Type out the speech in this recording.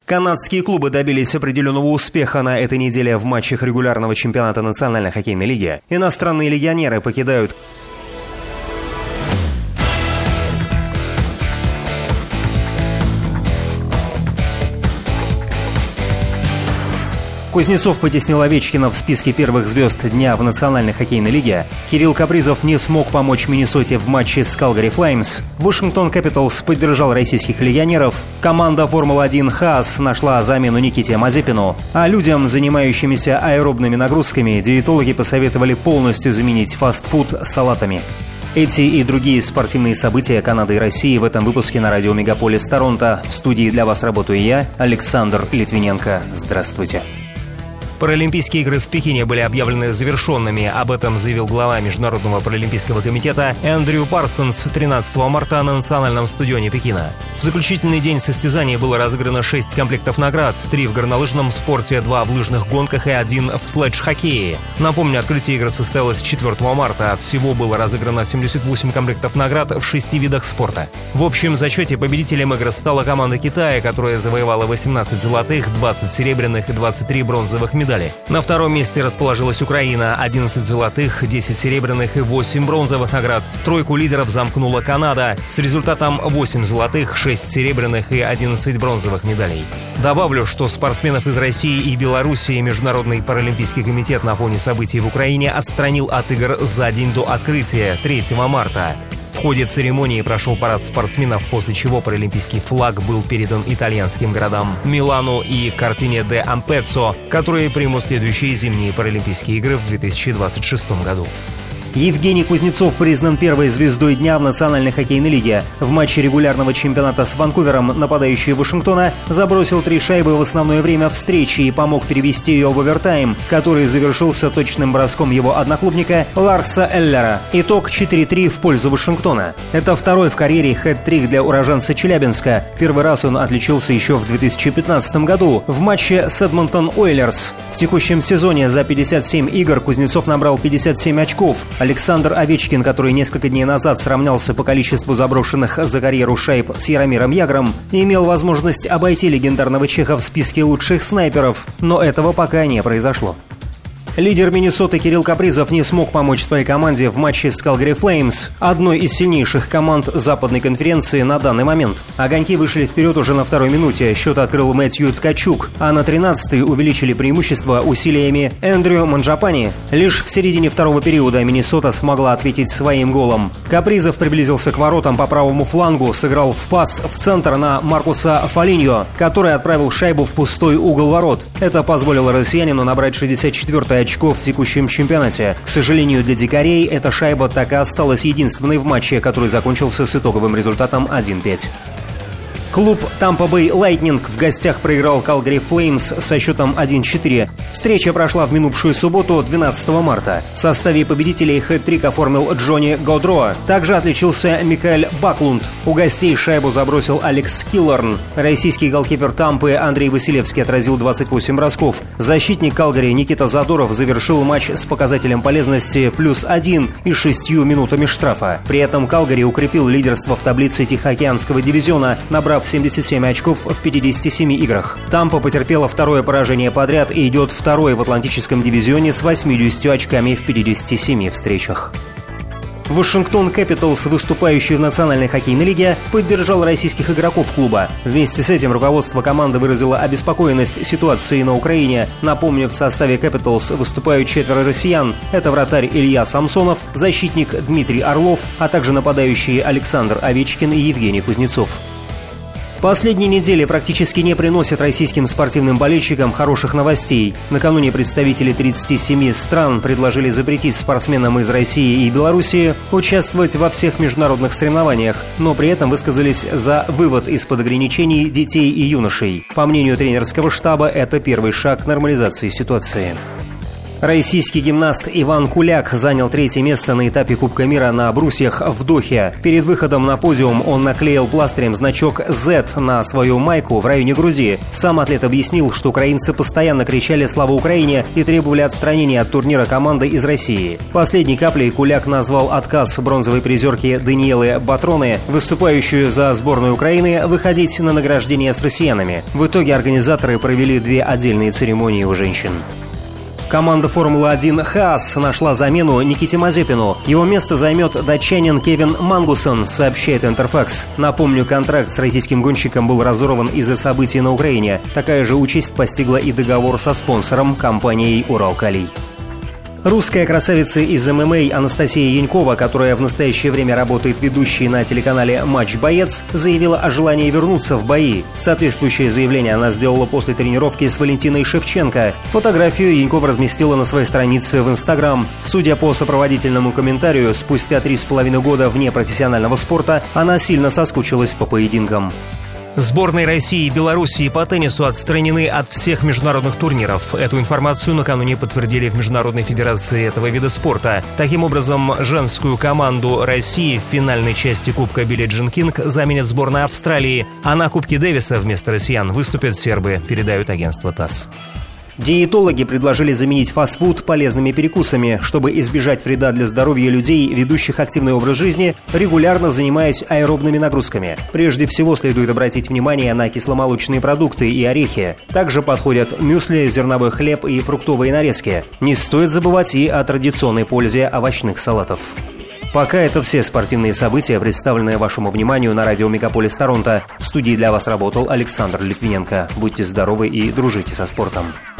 Канадские клубы добились определенного успеха на этой неделе в матчах регулярного чемпионата Национальной хоккейной лиги. Иностранные легионеры покидают Кузнецов потеснил Овечкина в списке первых звезд дня в Национальной хоккейной лиге. Кирилл Капризов не смог помочь Миннесоте в матче с Calgary Flames. Вашингтон Capitals поддержал российских легионеров. Команда Формулы-1 Хаас нашла замену Никите Мазепину. А людям, занимающимися аэробными нагрузками, диетологи посоветовали полностью заменить фастфуд салатами. Эти и другие спортивные события Канады и России в этом выпуске на радио Мегаполис Торонто. В студии для вас работаю я, Александр Литвиненко. Здравствуйте. Паралимпийские игры в Пекине были объявлены завершенными. Об этом заявил глава Международного паралимпийского комитета Эндрю Парсонс 13 марта на национальном стадионе Пекина. В заключительный день состязаний было разыграно 6 комплектов наград: 3 в горнолыжном спорте, 2 в лыжных гонках и 1 в следж-хоккее. Напомню, открытие игр состоялось 4 марта. Всего было разыграно 78 комплектов наград в 6 видах спорта. В общем зачете победителем игр стала команда Китая, которая завоевала 18 золотых, 20 серебряных и 23 бронзовых медалей. На втором месте расположилась Украина: 11 золотых, 10 серебряных и 8 бронзовых наград. Тройку лидеров замкнула Канада с результатом 8 золотых, 6 серебряных и 11 бронзовых медалей. Добавлю, что спортсменов из России и Белоруссии Международный паралимпийский комитет на фоне событий в Украине отстранил от игр за день до открытия, 3 марта. В ходе церемонии прошел парад спортсменов, после чего паралимпийский флаг был передан итальянским городам Милану и Кортине де Ампеццо, которые примут следующие зимние паралимпийские игры в 2026 году. Евгений Кузнецов признан первой звездой дня в Национальной хоккейной лиге. В матче регулярного чемпионата с Ванкувером нападающий Вашингтона забросил 3 шайбы в основное время встречи и помог перевести ее в овертайм, который завершился точным броском его одноклубника Ларса Эллера. Итог 4-3 в пользу Вашингтона. Это второй в карьере хэт-трик для уроженца Челябинска. Первый раз он отличился еще в 2015 году в матче с Эдмонтон Ойлерс. В текущем сезоне за 57 игр Кузнецов набрал 57 очков. Александр Овечкин, который несколько дней назад сравнялся по количеству заброшенных за карьеру шайб с Яромиром Ягром, имел возможность обойти легендарного чеха в списке лучших снайперов, но этого пока не произошло. Лидер Миннесоты Кирилл Капризов не смог помочь своей команде в матче с Calgary Flames, одной из сильнейших команд западной конференции на данный момент. Огоньки вышли вперед уже на 2-й минуте, счет открыл Мэтью Ткачук, а на 13-й увеличили преимущество усилиями Эндрю Манджапани. Лишь в середине второго периода Миннесота смогла ответить своим голом. Капризов приблизился к воротам по правому флангу, сыграл в пас в центр на Маркуса Фолиньо, который отправил шайбу в пустой угол ворот. Это позволило россиянину набрать 64 очков в текущем чемпионате. К сожалению для дикарей, эта шайба так и осталась единственной в матче, который закончился с итоговым результатом 1-5. Клуб Tampa Bay Lightning в гостях проиграл Calgary Flames со счетом 1-4. Встреча прошла в минувшую субботу, 12 марта. В составе победителей хэт-трик оформил Джонни Годро. Также отличился Микаэль Баклунд. У гостей шайбу забросил Алекс Киллорн. Российский голкипер Тампы Андрей Василевский отразил 28 бросков. Защитник Calgary Никита Задоров завершил матч с показателем полезности +1 и 6 минутами штрафа. При этом Calgary укрепил лидерство в таблице Тихоокеанского дивизиона, набрав 77 очков в 57 играх. Тампа потерпела второе поражение подряд и идет второй в Атлантическом дивизионе с 80 очками в 57 встречах. Вашингтон Capitals, выступающий в Национальной хоккейной лиге, поддержал российских игроков клуба. Вместе с этим руководство команды выразило обеспокоенность ситуацией на Украине. Напомню, в составе Capitals выступают 4 россиян. Это вратарь Илья Самсонов, защитник Дмитрий Орлов, а также нападающие Александр Овечкин и Евгений Кузнецов. Последние недели практически не приносят российским спортивным болельщикам хороших новостей. Накануне представители 37 стран предложили запретить спортсменам из России и Белоруссии участвовать во всех международных соревнованиях, но при этом высказались за вывод из-под ограничений детей и юношей. По мнению тренерского штаба, это первый шаг к нормализации ситуации. Российский гимнаст Иван Куляк занял 3-е место на этапе Кубка мира на брусьях в Дохе. Перед выходом на подиум он наклеил пластырем значок Z на свою майку в районе груди. Сам атлет объяснил, что украинцы постоянно кричали «Слава Украине» и требовали отстранения от турнира команды из России. Последней каплей Куляк назвал отказ бронзовой призерки Даниэлы Батроны, выступающую за сборную Украины, выходить на награждение с россиянами. В итоге организаторы провели 2 отдельные церемонии у женщин. Команда Формулы-1 «Хаас» нашла замену Никите Мазепину. Его место займет датчанин Кевин Магнусон, сообщает Интерфакс. Напомню, контракт с российским гонщиком был разорван из-за событий на Украине. Такая же участь постигла и договор со спонсором, компанией «Уралкалий». Русская красавица из ММА Анастасия Янькова, которая в настоящее время работает ведущей на телеканале «Матч Боец», заявила о желании вернуться в бои. Соответствующее заявление она сделала после тренировки с Валентиной Шевченко. Фотографию Янькова разместила на своей странице в Инстаграм. Судя по сопроводительному комментарию, спустя 3,5 года вне профессионального спорта она сильно соскучилась по поединкам. Сборные России и Белоруссии по теннису отстранены от всех международных турниров. Эту информацию накануне подтвердили в Международной федерации этого вида спорта. Таким образом, женскую команду России в финальной части Кубка Билли Джин Кинг заменит сборная Австралии, а на Кубке Дэвиса вместо россиян выступят сербы, передают агентство ТАСС. Диетологи предложили заменить фастфуд полезными перекусами, чтобы избежать вреда для здоровья людей, ведущих активный образ жизни, регулярно занимаясь аэробными нагрузками. Прежде всего следует обратить внимание на кисломолочные продукты и орехи. Также подходят мюсли, зерновой хлеб и фруктовые нарезки. Не стоит забывать и о традиционной пользе овощных салатов. Пока это все спортивные события, представленные вашему вниманию на радио Мегаполис Торонто. В студии для вас работал Александр Литвиненко. Будьте здоровы и дружите со спортом.